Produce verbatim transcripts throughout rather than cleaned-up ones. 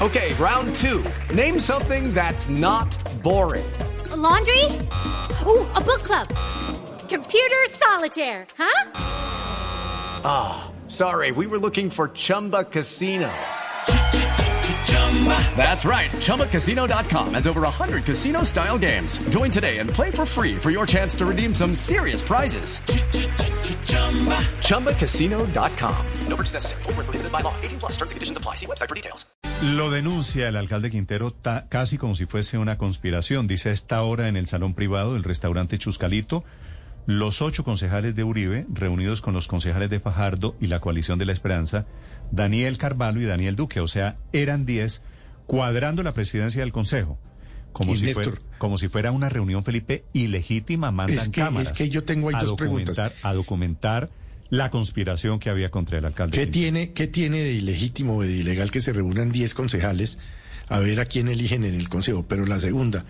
Okay, round two. Name something that's not boring. A laundry? Ooh, a book club. Computer solitaire, huh? Ah, oh, sorry, we were looking for Chumba Casino. That's right, Chumba Casino dot com has over one hundred casino-style games. Join today and play for free for your chance to redeem some serious prizes. Chumba Casino dot com. No purchase necessary. Void where prohibited by law. eighteen plus terms and conditions apply. See website for details. Lo denuncia el alcalde Quintero ta, casi como si fuese una conspiración. Dice a esta hora en el salón privado del restaurante Chuscalito, los ocho concejales de Uribe, reunidos con los concejales de Fajardo y la Coalición de la Esperanza, Daniel Carvalho y Daniel Duque, o sea, eran diez, cuadrando la presidencia del Consejo. Como, si fuera, como si fuera una reunión, Felipe, ilegítima, mandan es que, cámaras. Es que yo tengo ahí dos preguntas. A documentar la conspiración que había contra el alcalde. ¿Qué tiene, ¿Qué tiene de ilegítimo o de ilegal que se reúnan diez concejales a ver a quién eligen en el Consejo? Pero la segunda,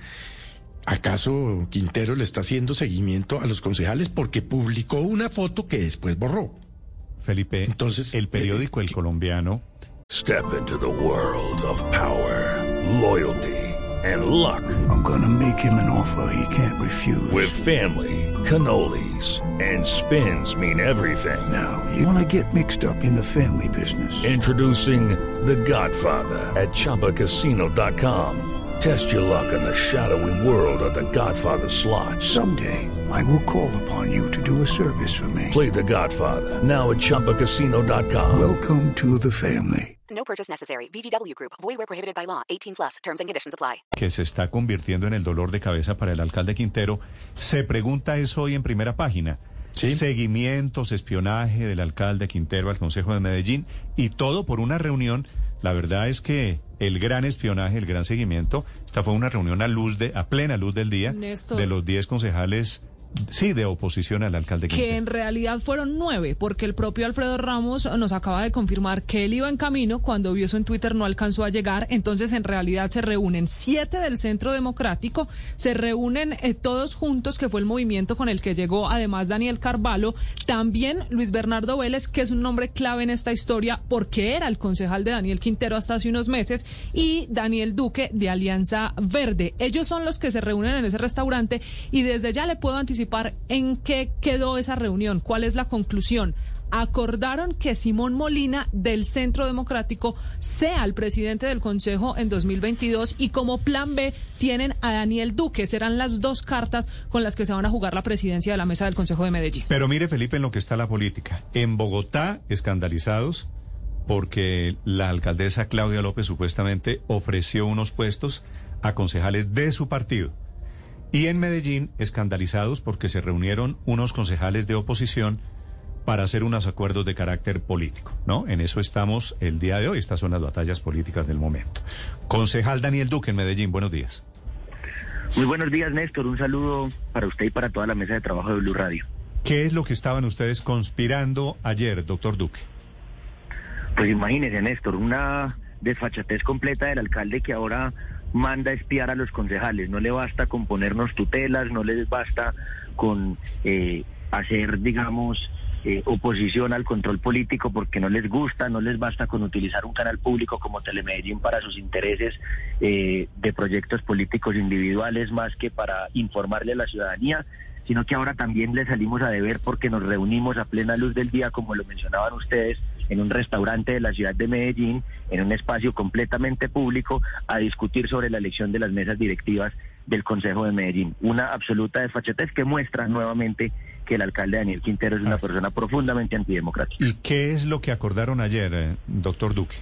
¿acaso Quintero le está haciendo seguimiento a los concejales porque publicó una foto que después borró? Felipe, entonces el periódico eh, El Colombiano. Step into the world of power, loyalty, and luck. I'm gonna make him an offer he can't refuse. With family, cannolis, and spins mean everything. Now, you wanna get mixed up in the family business. Introducing The Godfather at Chumba Casino dot com. Test your luck in the shadowy world of The Godfather slot. Someday, I will call upon you to do a service for me. Play The Godfather, now at Chumba Casino dot com. Welcome to the family. No purchase necessary. V G W Group. Void where prohibited by law. eighteen plus. Terms and conditions apply. Que se está convirtiendo en el dolor de cabeza para el alcalde Quintero. Se pregunta eso hoy en Primera Página. ¿Sí? Seguimientos, espionaje del alcalde Quintero al Consejo de Medellín y todo por una reunión. La verdad es que el gran espionaje, el gran seguimiento, esta fue una reunión a luz de, a plena luz del día, Néstor, de los diez concejales. Sí, de oposición al alcalde Quintero. Que en realidad fueron nueve, porque el propio Alfredo Ramos nos acaba de confirmar que él iba en camino, cuando vio eso en Twitter no alcanzó a llegar, entonces en realidad se reúnen siete del Centro Democrático, se reúnen eh, todos juntos, que fue el movimiento con el que llegó además Daniel Carvalho, también Luis Bernardo Vélez, que es un nombre clave en esta historia, porque era el concejal de Daniel Quintero hasta hace unos meses, y Daniel Duque de Alianza Verde. Ellos son los que se reúnen en ese restaurante y desde ya le puedo anticipar en qué quedó esa reunión, cuál es la conclusión. Acordaron que Simón Molina del Centro Democrático sea el presidente del Consejo en dos mil veintidós y como plan B tienen a Daniel Duque. Serán las dos cartas con las que se van a jugar la presidencia de la mesa del Consejo de Medellín. Pero mire, Felipe, en lo que está la política. En Bogotá, escandalizados porque la alcaldesa Claudia López supuestamente ofreció unos puestos a concejales de su partido. Y en Medellín, escandalizados porque se reunieron unos concejales de oposición para hacer unos acuerdos de carácter político, ¿no? En eso estamos el día de hoy. Estas son las batallas políticas del momento. Concejal Daniel Duque en Medellín, buenos días. Muy buenos días, Néstor. Un saludo para usted y para toda la mesa de trabajo de Blue Radio. ¿Qué es lo que estaban ustedes conspirando ayer, doctor Duque? Pues imagínese, Néstor, una desfachatez completa del alcalde que ahora manda espiar a los concejales. No le basta con ponernos tutelas, no les basta con eh, hacer, digamos, eh, oposición al control político porque no les gusta, no les basta con utilizar un canal público como Telemedellín para sus intereses eh, de proyectos políticos individuales más que para informarle a la ciudadanía, sino que ahora también le salimos a deber porque nos reunimos a plena luz del día, como lo mencionaban ustedes, en un restaurante de la ciudad de Medellín, en un espacio completamente público, a discutir sobre la elección de las mesas directivas del Consejo de Medellín. Una absoluta desfachatez que muestra nuevamente que el alcalde Daniel Quintero es una persona profundamente antidemocrática. ¿Y qué es lo que acordaron ayer, eh, doctor Duque?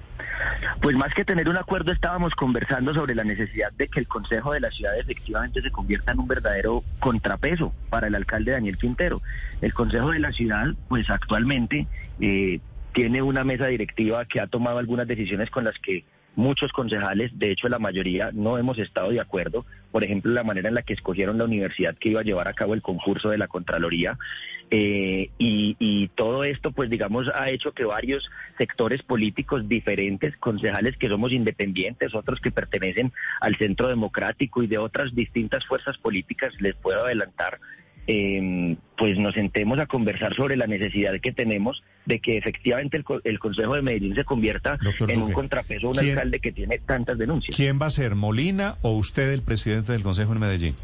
Pues más que tener un acuerdo, estábamos conversando sobre la necesidad de que el Consejo de la Ciudad efectivamente se convierta en un verdadero contrapeso para el alcalde Daniel Quintero. El Consejo de la Ciudad, pues actualmente eh, tiene una mesa directiva que ha tomado algunas decisiones con las que muchos concejales, de hecho la mayoría, no hemos estado de acuerdo. Por ejemplo, la manera en la que escogieron la universidad que iba a llevar a cabo el concurso de la Contraloría. Eh, y, y todo esto, pues digamos, ha hecho que varios sectores políticos diferentes, concejales que somos independientes, otros que pertenecen al Centro Democrático y de otras distintas fuerzas políticas, les puedo adelantar eh, pues nos sentemos a conversar sobre la necesidad que tenemos de que efectivamente el, el Consejo de Medellín se convierta Doctor en Duque, un contrapeso a un ¿quién, alcalde que tiene tantas denuncias. ¿Quién va a ser, Molina o usted el presidente del Consejo en Medellín?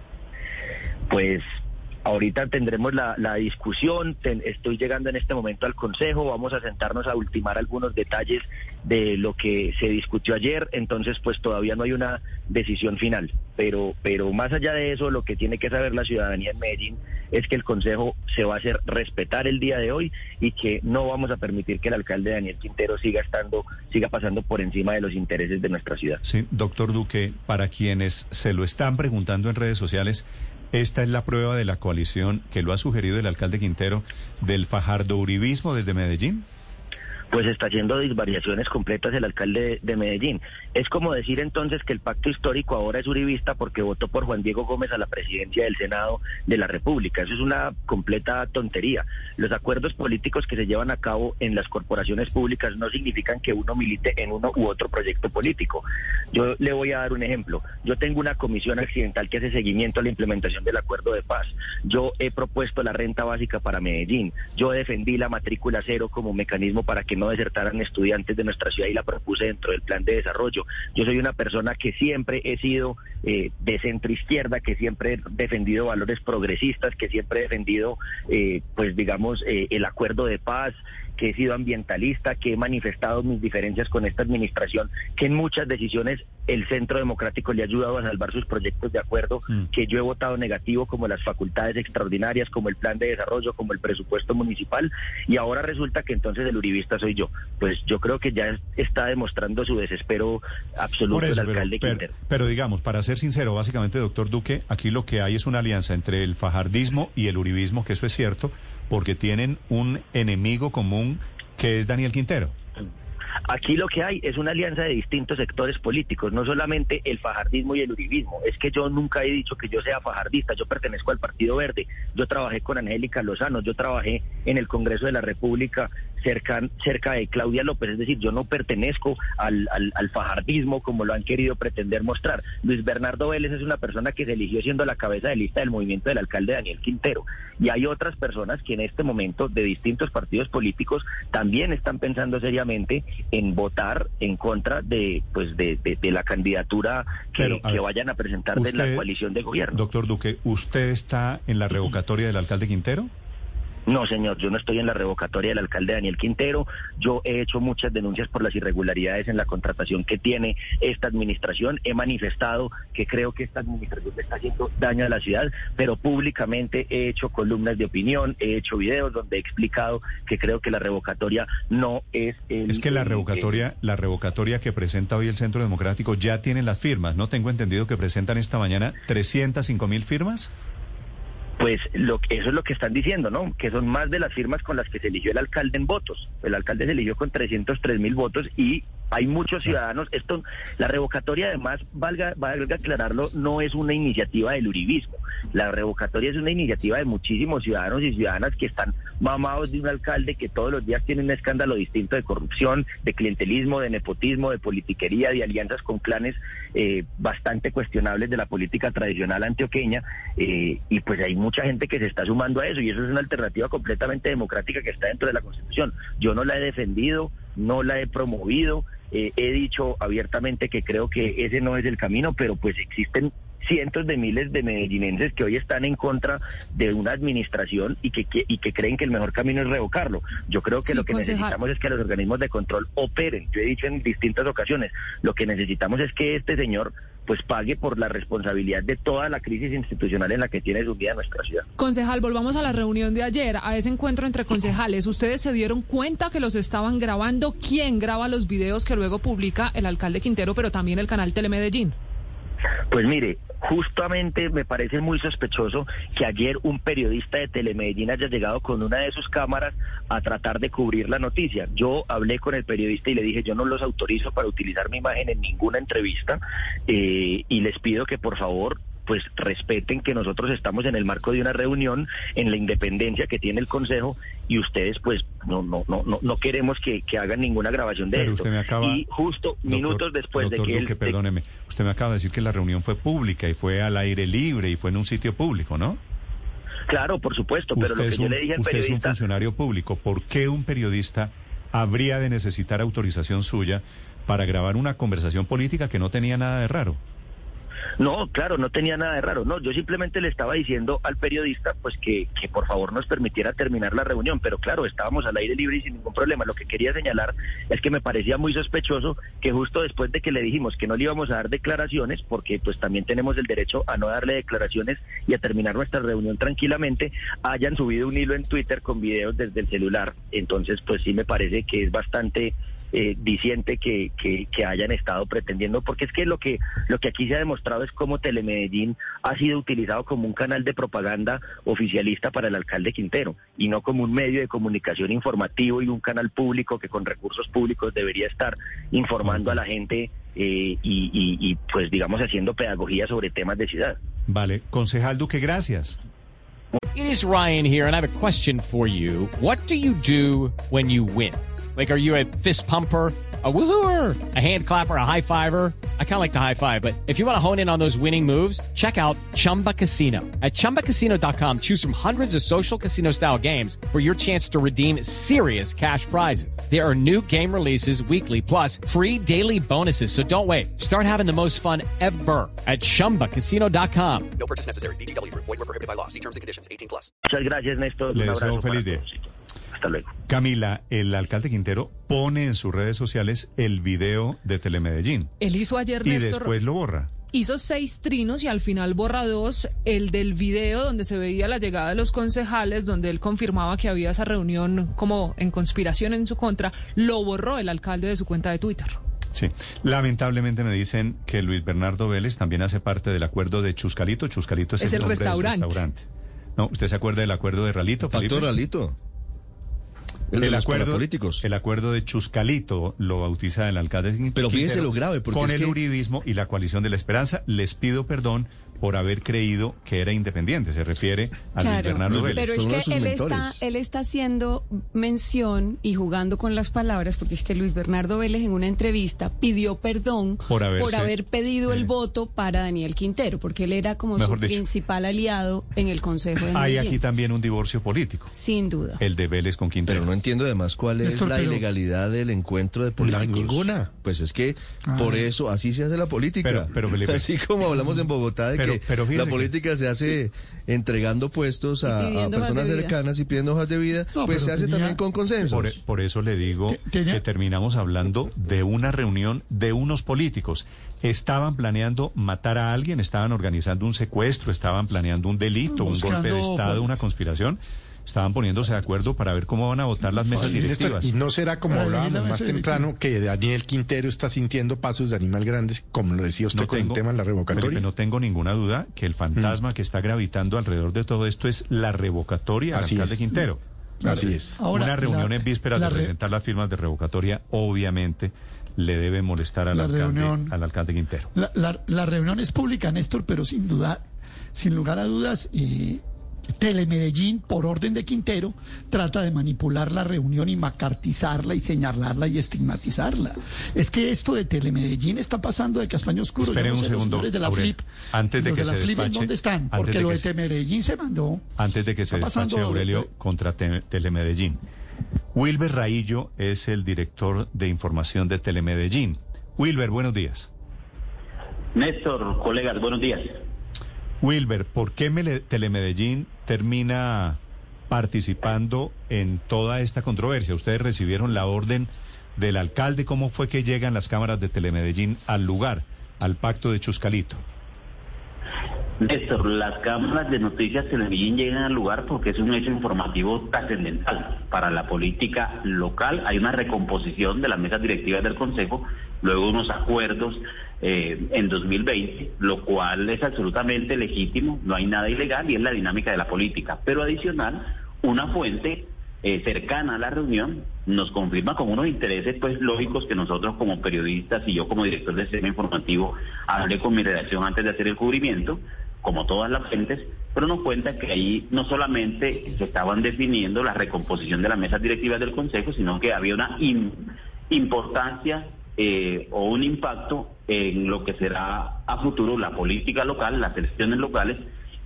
Pues ahorita tendremos la, la discusión, ten, estoy llegando en este momento al Consejo, vamos a sentarnos a ultimar algunos detalles de lo que se discutió ayer, entonces pues todavía no hay una decisión final, pero, pero más allá de eso, lo que tiene que saber la ciudadanía en Medellín es que el Consejo se va a hacer respetar el día de hoy y que no vamos a permitir que el alcalde Daniel Quintero siga estando, siga pasando por encima de los intereses de nuestra ciudad. Sí, doctor Duque, para quienes se lo están preguntando en redes sociales, esta es la prueba de la coalición que lo ha sugerido el alcalde Quintero del fajardo-uribismo desde Medellín. Pues está haciendo disvariaciones completas el alcalde de Medellín. Es como decir entonces que el pacto histórico ahora es uribista porque votó por Juan Diego Gómez a la presidencia del Senado de la República. Eso es una completa tontería. Los acuerdos políticos que se llevan a cabo en las corporaciones públicas no significan que uno milite en uno u otro proyecto político. Yo le voy a dar un ejemplo. Yo tengo una comisión accidental que hace seguimiento a la implementación del acuerdo de paz. Yo he propuesto la renta básica para Medellín. Yo defendí la matrícula cero como mecanismo para que no desertaran estudiantes de nuestra ciudad y la propuse dentro del plan de desarrollo. Yo soy una persona que siempre he sido eh, de centro izquierda, que siempre he defendido valores progresistas, que siempre he defendido, eh, pues digamos, eh, el acuerdo de paz, que he sido ambientalista, que he manifestado mis diferencias con esta administración, que en muchas decisiones el Centro Democrático le ha ayudado a salvar sus proyectos de acuerdo, mm. que yo he votado negativo, como las facultades extraordinarias, como el plan de desarrollo, como el presupuesto municipal, y ahora resulta que entonces el uribista soy yo. Pues yo creo que ya está demostrando su desespero absoluto eso, el alcalde pero, Quintero. Pero, pero digamos, para ser sincero, básicamente, doctor Duque, aquí lo que hay es una alianza entre el fajardismo y el uribismo, que eso es cierto, porque tienen un enemigo común que es Daniel Quintero. Aquí lo que hay es una alianza de distintos sectores políticos, no solamente el fajardismo y el uribismo. Es que yo nunca he dicho que yo sea fajardista, yo pertenezco al Partido Verde, yo trabajé con Angélica Lozano, yo trabajé en el Congreso de la República cerca, cerca de Claudia López, es decir, yo no pertenezco al, al, al fajardismo como lo han querido pretender mostrar. Luis Bernardo Vélez es una persona que se eligió siendo la cabeza de lista del movimiento del alcalde Daniel Quintero, y hay otras personas que en este momento de distintos partidos políticos también están pensando seriamente en votar en contra de pues de, de, de la candidatura que, Pero, que ver, vayan a presentar usted, de la coalición de gobierno. Doctor Duque, ¿usted está en la revocatoria del alcalde Quintero? No, señor, yo no estoy en la revocatoria del alcalde Daniel Quintero. Yo he hecho muchas denuncias por las irregularidades en la contratación que tiene esta administración. He manifestado que creo que esta administración le está haciendo daño a la ciudad, pero públicamente he hecho columnas de opinión, he hecho videos donde he explicado que creo que la revocatoria no es el... Es que la el, revocatoria, el, la revocatoria que presenta hoy el Centro Democrático ya tiene las firmas, ¿no? Tengo entendido que presentan esta mañana trescientas cinco mil firmas. Pues lo, eso es lo que están diciendo, ¿no? Que son más de las firmas con las que se eligió el alcalde en votos. El alcalde se eligió con trescientos tres mil votos y hay muchos ciudadanos. Esto, la revocatoria, además, valga, valga aclararlo, no es una iniciativa del uribismo. La revocatoria es una iniciativa de muchísimos ciudadanos y ciudadanas que están mamados de un alcalde que todos los días tiene un escándalo distinto de corrupción, de clientelismo, de nepotismo, de politiquería, de alianzas con clanes eh, bastante cuestionables de la política tradicional antioqueña, eh, y pues hay mucha gente que se está sumando a eso, y eso es una alternativa completamente democrática que está dentro de la Constitución. Yo no la he defendido, no la he promovido, eh, he dicho abiertamente que creo que ese no es el camino, pero pues existen cientos de miles de medellinenses que hoy están en contra de una administración y que, que y que creen que el mejor camino es revocarlo. Yo creo que sí, lo que concejal. necesitamos es que los organismos de control operen. Yo he dicho en distintas ocasiones, lo que necesitamos es que este señor pues pague por la responsabilidad de toda la crisis institucional en la que tiene sumida nuestra ciudad. Concejal, volvamos a la reunión de ayer, a ese encuentro entre concejales. ¿Ustedes se dieron cuenta que los estaban grabando? ¿Quién graba los videos que luego publica el alcalde Quintero, pero también el canal Telemedellín? Pues mire, justamente me parece muy sospechoso que ayer un periodista de Telemedellín haya llegado con una de sus cámaras a tratar de cubrir la noticia. Yo hablé con el periodista y le dije, yo no los autorizo para utilizar mi imagen en ninguna entrevista, eh, y les pido que por favor pues respeten que nosotros estamos en el marco de una reunión, en la independencia que tiene el Consejo, y ustedes pues no no no no, no queremos que, que hagan ninguna grabación de Pero esto. Usted me acaba, y justo doctor, minutos después doctor de que Duque, él... perdóneme, usted me acaba de decir que la reunión fue pública y fue al aire libre y fue en un sitio público, ¿no? Claro, por supuesto, pero lo que yo un, le dije al usted periodista... es un funcionario público. ¿Por qué un periodista habría de necesitar autorización suya para grabar una conversación política que no tenía nada de raro? No, claro, no tenía nada de raro. No, yo simplemente le estaba diciendo al periodista pues que, que por favor nos permitiera terminar la reunión, pero claro, estábamos al aire libre y sin ningún problema. Lo que quería señalar es que me parecía muy sospechoso que justo después de que le dijimos que no le íbamos a dar declaraciones, porque pues también tenemos el derecho a no darle declaraciones y a terminar nuestra reunión tranquilamente, hayan subido un hilo en Twitter con videos desde el celular. Entonces pues sí me parece que es bastante... Eh, diciente que, que, que hayan estado pretendiendo, porque es que lo que lo que aquí se ha demostrado es cómo Telemedellín ha sido utilizado como un canal de propaganda oficialista para el alcalde Quintero, y no como un medio de comunicación informativo y un canal público que con recursos públicos debería estar informando a la gente eh, y, y, y pues digamos haciendo pedagogía sobre temas de ciudad. Vale, concejal Duque, gracias. It is Ryan here, and I have a question for you. What do you do when you win? Like, are you a fist pumper, a woo-hooer, a hand clapper, a high fiver? I kind of like the high five, but if you want to hone in on those winning moves, check out Chumba Casino. At Chumba Casino dot com, choose from hundreds of social casino-style games for your chance to redeem serious cash prizes. There are new game releases weekly, plus free daily bonuses, so don't wait. Start having the most fun ever at Chumba Casino dot com. No purchase necessary. V G W Group. Void where prohibited by law. See terms and conditions. eighteen plus. Muchas gracias, Néstor. Le un deseo abrazo feliz para día. todos. Hasta luego. Camila, el alcalde Quintero pone en sus redes sociales el video de Telemedellín. Él hizo ayer, Y Néstor, después lo borra. hizo seis trinos y al final borra dos. El del video donde se veía la llegada de los concejales, donde él confirmaba que había esa reunión como en conspiración en su contra, lo borró el alcalde de su cuenta de Twitter. Sí, lamentablemente me dicen que Luis Bernardo Vélez también hace parte del acuerdo de Chuscalito. Chuscalito es, Es el, el nombre del restaurante. restaurante. No, ¿usted se acuerda del acuerdo de Ralito, Felipe? Pacto Ralito. El, El de los acuerdo, políticos. el acuerdo de Chuscalito lo bautiza el alcalde Quintero. Pero fíjese lo grave, porque con es el que... uribismo y la coalición de la esperanza. Les pido perdón por haber creído que era independiente. Se refiere a Luis Bernardo Vélez. Pero es que él está, él está haciendo mención y jugando con las palabras, porque es que Luis Bernardo Vélez en una entrevista pidió perdón por, haberse, por haber pedido sí. el voto para Daniel Quintero, porque él era como Mejor su dicho. principal aliado en el Consejo de Hay Medellín. aquí también un divorcio político. Sin duda. El de Vélez con Quintero. Pero no entiendo además cuál es Néstor, la pero- ilegalidad del encuentro de políticos. La- ninguna. Pues es que por Ah. eso así se hace la política. Pero- pero, Felipe- así como hablamos en Bogotá de Pero- que pero fíjese la que- política se hace entregando puestos a, Y a pidiendo hojas personas de vida. cercanas y pidiendo hojas de vida, No, pues pero se hace tenía- también con consensos. Por, por eso le digo Te- tenía- que terminamos hablando de una reunión de unos políticos. Estaban planeando matar a alguien, estaban organizando un secuestro, estaban planeando un delito, un golpe de Buscando- Estado, una conspiración. Estaban poniéndose de acuerdo para ver cómo van a votar las mesas Ay, Néstor, directivas. y no será como Para hablábamos elegir la más mesa temprano que Daniel Quintero está sintiendo pasos de animal grandes, como lo decía usted No con tengo- el tema de la revocatoria. Felipe, no tengo ninguna duda que el fantasma que está gravitando alrededor de todo esto es la revocatoria al Así alcalde es. Quintero. Así es. Ahora, una reunión la- en vísperas la de re- presentar las firmas de revocatoria, obviamente, le debe molestar al, La alcalde, reunión- al alcalde Quintero. La, la, la reunión es pública, Néstor, pero sin duda, sin lugar a dudas, eh, Telemedellín, por orden de Quintero, trata de manipular la reunión y macartizarla y señalarla y estigmatizarla. Es que esto de Telemedellín está pasando de castaño oscuro. Espere Yo no un sé, los segundo, señores de la Aurelio. Flip, Antes de los que de la se Flip, ¿en despache- dónde están? antes Porque de lo que de se- Telemedellín se mandó. Antes de que se Está pasando despache doble- Aurelio contra Te- Telemedellín. Wilber Raillo es el director de información de Telemedellín. Wilber, buenos días. Néstor, colegas, buenos días. Wilber, ¿por qué Mele- Telemedellín termina participando en toda esta controversia? Ustedes recibieron la orden del alcalde. ¿Cómo fue que llegan las cámaras de Telemedellín al lugar, al pacto de Chuscalito? Néstor, las cámaras de noticias Telemedellín llegan al lugar porque es un hecho informativo trascendental para la política local. Hay una recomposición de las mesas directivas del Consejo, luego unos acuerdos eh, en dos mil veinte, lo cual es absolutamente legítimo, no hay nada ilegal y es la dinámica de la política. Pero adicional, una fuente eh, cercana a la reunión nos confirma con unos intereses pues lógicos que nosotros como periodistas y yo como director del sistema informativo hablé con mi redacción antes de hacer el cubrimiento, como todas las fuentes, pero nos cuenta que ahí no solamente se estaban definiendo la recomposición de las mesas directivas del Consejo, sino que había una im- importancia eh, o un impacto en lo que será a futuro la política local, las elecciones locales,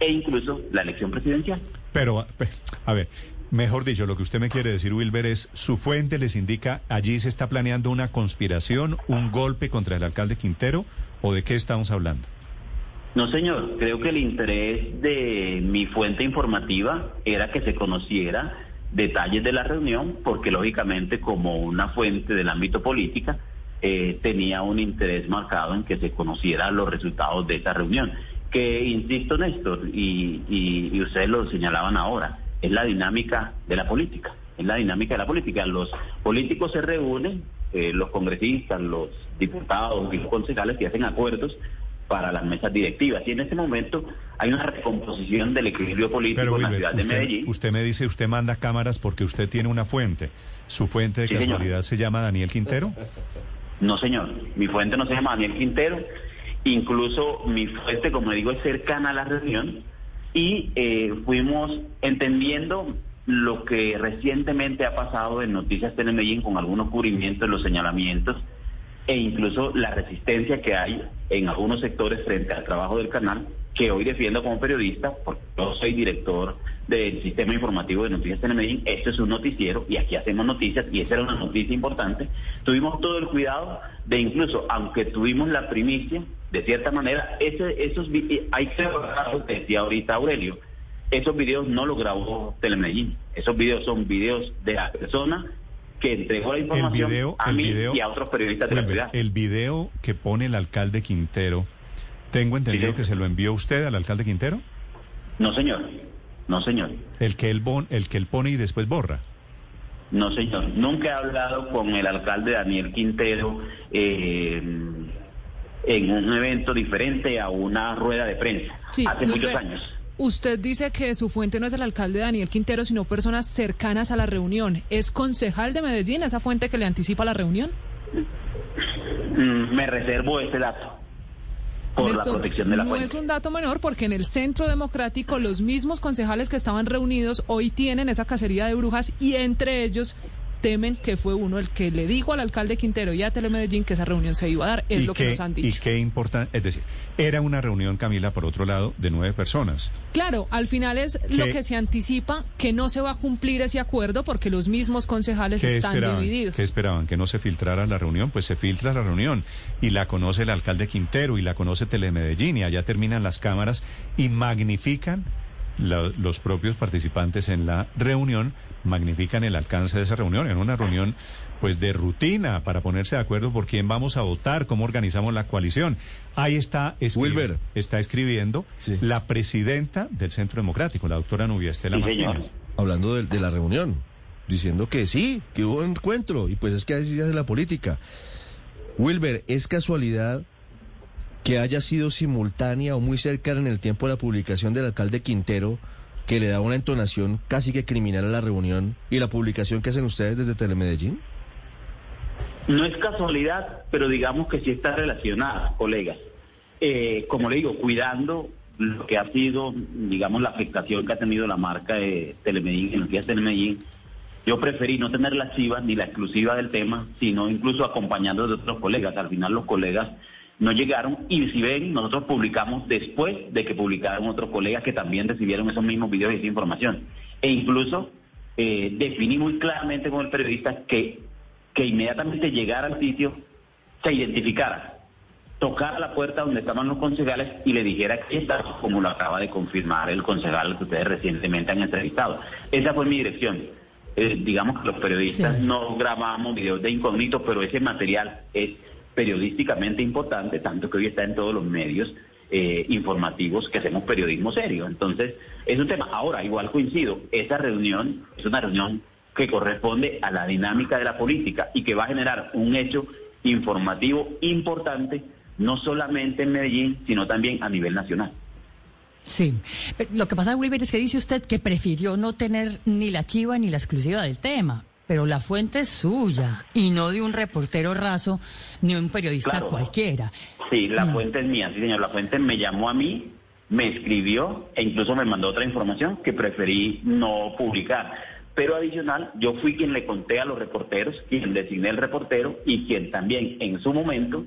e incluso la elección presidencial. Pero, a ver, mejor dicho, lo que usted me quiere decir, Wilber, es su fuente les indica, allí se está planeando una conspiración, un golpe contra el alcalde Quintero, ¿o de qué estamos hablando? No, señor, creo que el interés de mi fuente informativa era que se conociera detalles de la reunión, porque lógicamente como una fuente del ámbito política, eh, tenía un interés marcado en que se conocieran los resultados de esa reunión. Que, insisto, Néstor, y, y, y ustedes lo señalaban ahora, es la dinámica de la política, es la dinámica de la política. Los políticos se reúnen, eh, los congresistas, los diputados y los concejales que hacen acuerdos para las mesas directivas. Y en este momento hay una recomposición del equilibrio político Pero, en Wilber, la ciudad usted, de Medellín. Usted me dice, usted manda cámaras porque usted tiene una fuente. ¿Su fuente de sí, casualidad señor. se llama Daniel Quintero? No, señor. Mi fuente no se llama Daniel Quintero. Incluso mi fuente, como digo, es cercana a la reunión. Y eh, fuimos entendiendo lo que recientemente ha pasado en Noticias Telemedellín con algunos cubrimientos, los señalamientos e incluso la resistencia que hay en algunos sectores frente al trabajo del canal, que hoy defiendo como periodista, porque yo soy director del sistema informativo de Noticias Telemedellín. Este es un noticiero y aquí hacemos noticias, y esa era una noticia importante. Tuvimos todo el cuidado de, incluso aunque tuvimos la primicia, de cierta manera, ese, esos hay que grabar, decía ahorita Aurelio, esos videos no los grabó Telemedellín, esos videos son videos de la persona que entregó la información video, a mí video, y a otros periodistas de la ciudad. El video que pone el alcalde Quintero, ¿tengo entendido sí, que se lo envió usted al alcalde Quintero? No, señor. No, señor. ¿El que él, bon, el que él pone y después borra? No, señor. Nunca he hablado con el alcalde Daniel Quintero eh, en un evento diferente a una rueda de prensa. Sí, hace muchos años. Usted dice que su fuente no es el alcalde Daniel Quintero, sino personas cercanas a la reunión. ¿Es concejal de Medellín esa fuente que le anticipa la reunión? Mm, me reservo ese dato por Néstor, la protección de la no fuente. No es un dato menor, porque en el Centro Democrático los mismos concejales que estaban reunidos hoy tienen esa cacería de brujas, y entre ellos temen que fue uno el que le dijo al alcalde Quintero y a Telemedellín que esa reunión se iba a dar, es lo que, que nos han dicho. Y qué importante, es decir, era una reunión, Camila, por otro lado, de nueve personas. Claro, al final es ¿Qué? lo que se anticipa, que no se va a cumplir ese acuerdo porque los mismos concejales están esperaban? divididos. ¿Qué esperaban? ¿Que no se filtrara la reunión? Pues se filtra la reunión y la conoce el alcalde Quintero y la conoce Telemedellín, y allá terminan las cámaras y magnifican la, los propios participantes en la reunión, magnifican el alcance de esa reunión, en una reunión pues de rutina para ponerse de acuerdo por quién vamos a votar, cómo organizamos la coalición. Ahí está, Wilber. está escribiendo sí. la presidenta del Centro Democrático, la doctora Nubia Estela sí, Martínez. Hablando de, de la reunión, diciendo que sí, que hubo un encuentro, y pues es que así se hace la política. Wilber, ¿es casualidad que haya sido simultánea o muy cercana en el tiempo de la publicación del alcalde Quintero, que le da una entonación casi que criminal a la reunión, y la publicación que hacen ustedes desde Telemedellín? No es casualidad, pero digamos que sí está relacionada, colegas. Eh, como le digo, cuidando lo que ha sido, digamos, la afectación que ha tenido la marca de Telemedellín, en los días de Telemedellín, yo preferí no tener la chiva ni la exclusiva del tema, sino incluso acompañando de otros colegas. Al final los colegas no llegaron, y si ven, nosotros publicamos después de que publicaron otros colegas que también recibieron esos mismos videos y esa información. E incluso eh, definí muy claramente con el periodista que, que inmediatamente llegara al sitio, se identificara, tocara la puerta donde estaban los concejales y le dijera que estaba, como lo acaba de confirmar el concejal que ustedes recientemente han entrevistado. Esa fue mi dirección. Eh, digamos que los periodistas sí. no grabamos videos de incógnito, pero ese material es periodísticamente importante, tanto que hoy está en todos los medios eh, informativos que hacemos periodismo serio. Entonces, es un tema. Ahora, igual coincido, esa reunión es una reunión que corresponde a la dinámica de la política y que va a generar un hecho informativo importante, no solamente en Medellín, sino también a nivel nacional. Sí, lo que pasa, Wilber, es que dice usted que prefirió no tener ni la chiva ni la exclusiva del tema. Pero la fuente es suya y no de un reportero raso ni un periodista claro. cualquiera. Sí, la mm. fuente es mía, sí señor. La fuente me llamó a mí, me escribió e incluso me mandó otra información que preferí no publicar. Pero adicional, yo fui quien le conté a los reporteros, quien designé el reportero y quien también en su momento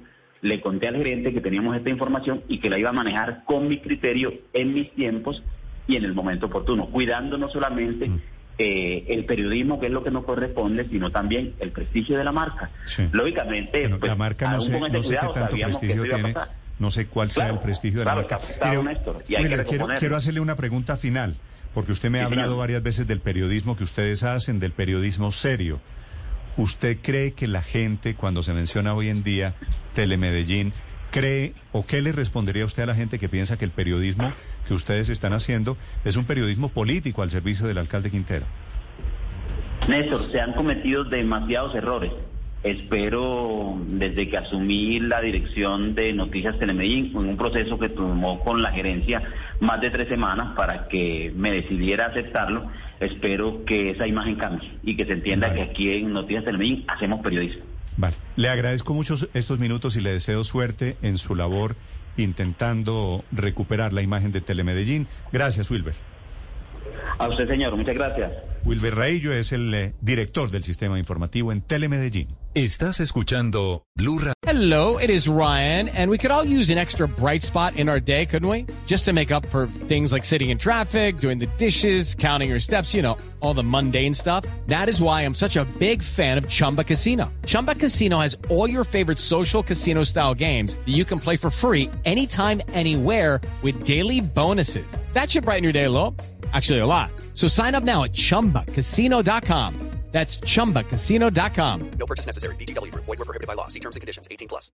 le conté al gerente que teníamos esta información y que la iba a manejar con mi criterio, en mis tiempos y en el momento oportuno, cuidando no solamente mm. eh, el periodismo, que es lo que nos corresponde, sino también el prestigio de la marca. Sí. Lógicamente, bueno, pues, la marca no sé, no sé cuidado, qué tanto prestigio tiene, no sé cuál sea claro, el prestigio de claro, la marca. Claro, Néstor, y hay Mire, que quiero, quiero hacerle una pregunta final, porque usted me sí, ha hablado señor. varias veces del periodismo que ustedes hacen, del periodismo serio. ¿Usted cree que la gente, cuando se menciona hoy en día Telemedellín, cree, o qué le respondería usted a la gente que piensa que el periodismo que ustedes están haciendo es un periodismo político al servicio del alcalde Quintero? Néstor, se han cometido demasiados errores. Espero, desde que asumí la dirección de Noticias Telemedellín, en un proceso que tomó con la gerencia más de tres semanas para que me decidiera aceptarlo, espero que esa imagen cambie y que se entienda vale. que aquí en Noticias Telemedellín hacemos periodismo. Vale, le agradezco mucho estos minutos y le deseo suerte en su labor intentando recuperar la imagen de Telemedellín. Gracias, Wilber. A usted, señor, muchas gracias. Wilber Raillo es el eh, director del sistema informativo en Telemedellín. Estás escuchando Blue Radio. Hello, it is Ryan, and we could all use an extra bright spot in our day, couldn't we? Just to make up for things like sitting in traffic, doing the dishes, counting your steps, you know, all the mundane stuff. That is why I'm such a big fan of Chumba Casino. Chumba Casino has all your favorite social casino-style games that you can play for free anytime, anywhere with daily bonuses. That should brighten your day a little. Actually, a lot. So sign up now at chumba casino dot com. That's chumba casino dot com. No purchase necessary. V G W Group. Void where prohibited by law. See terms and conditions. eighteen plus.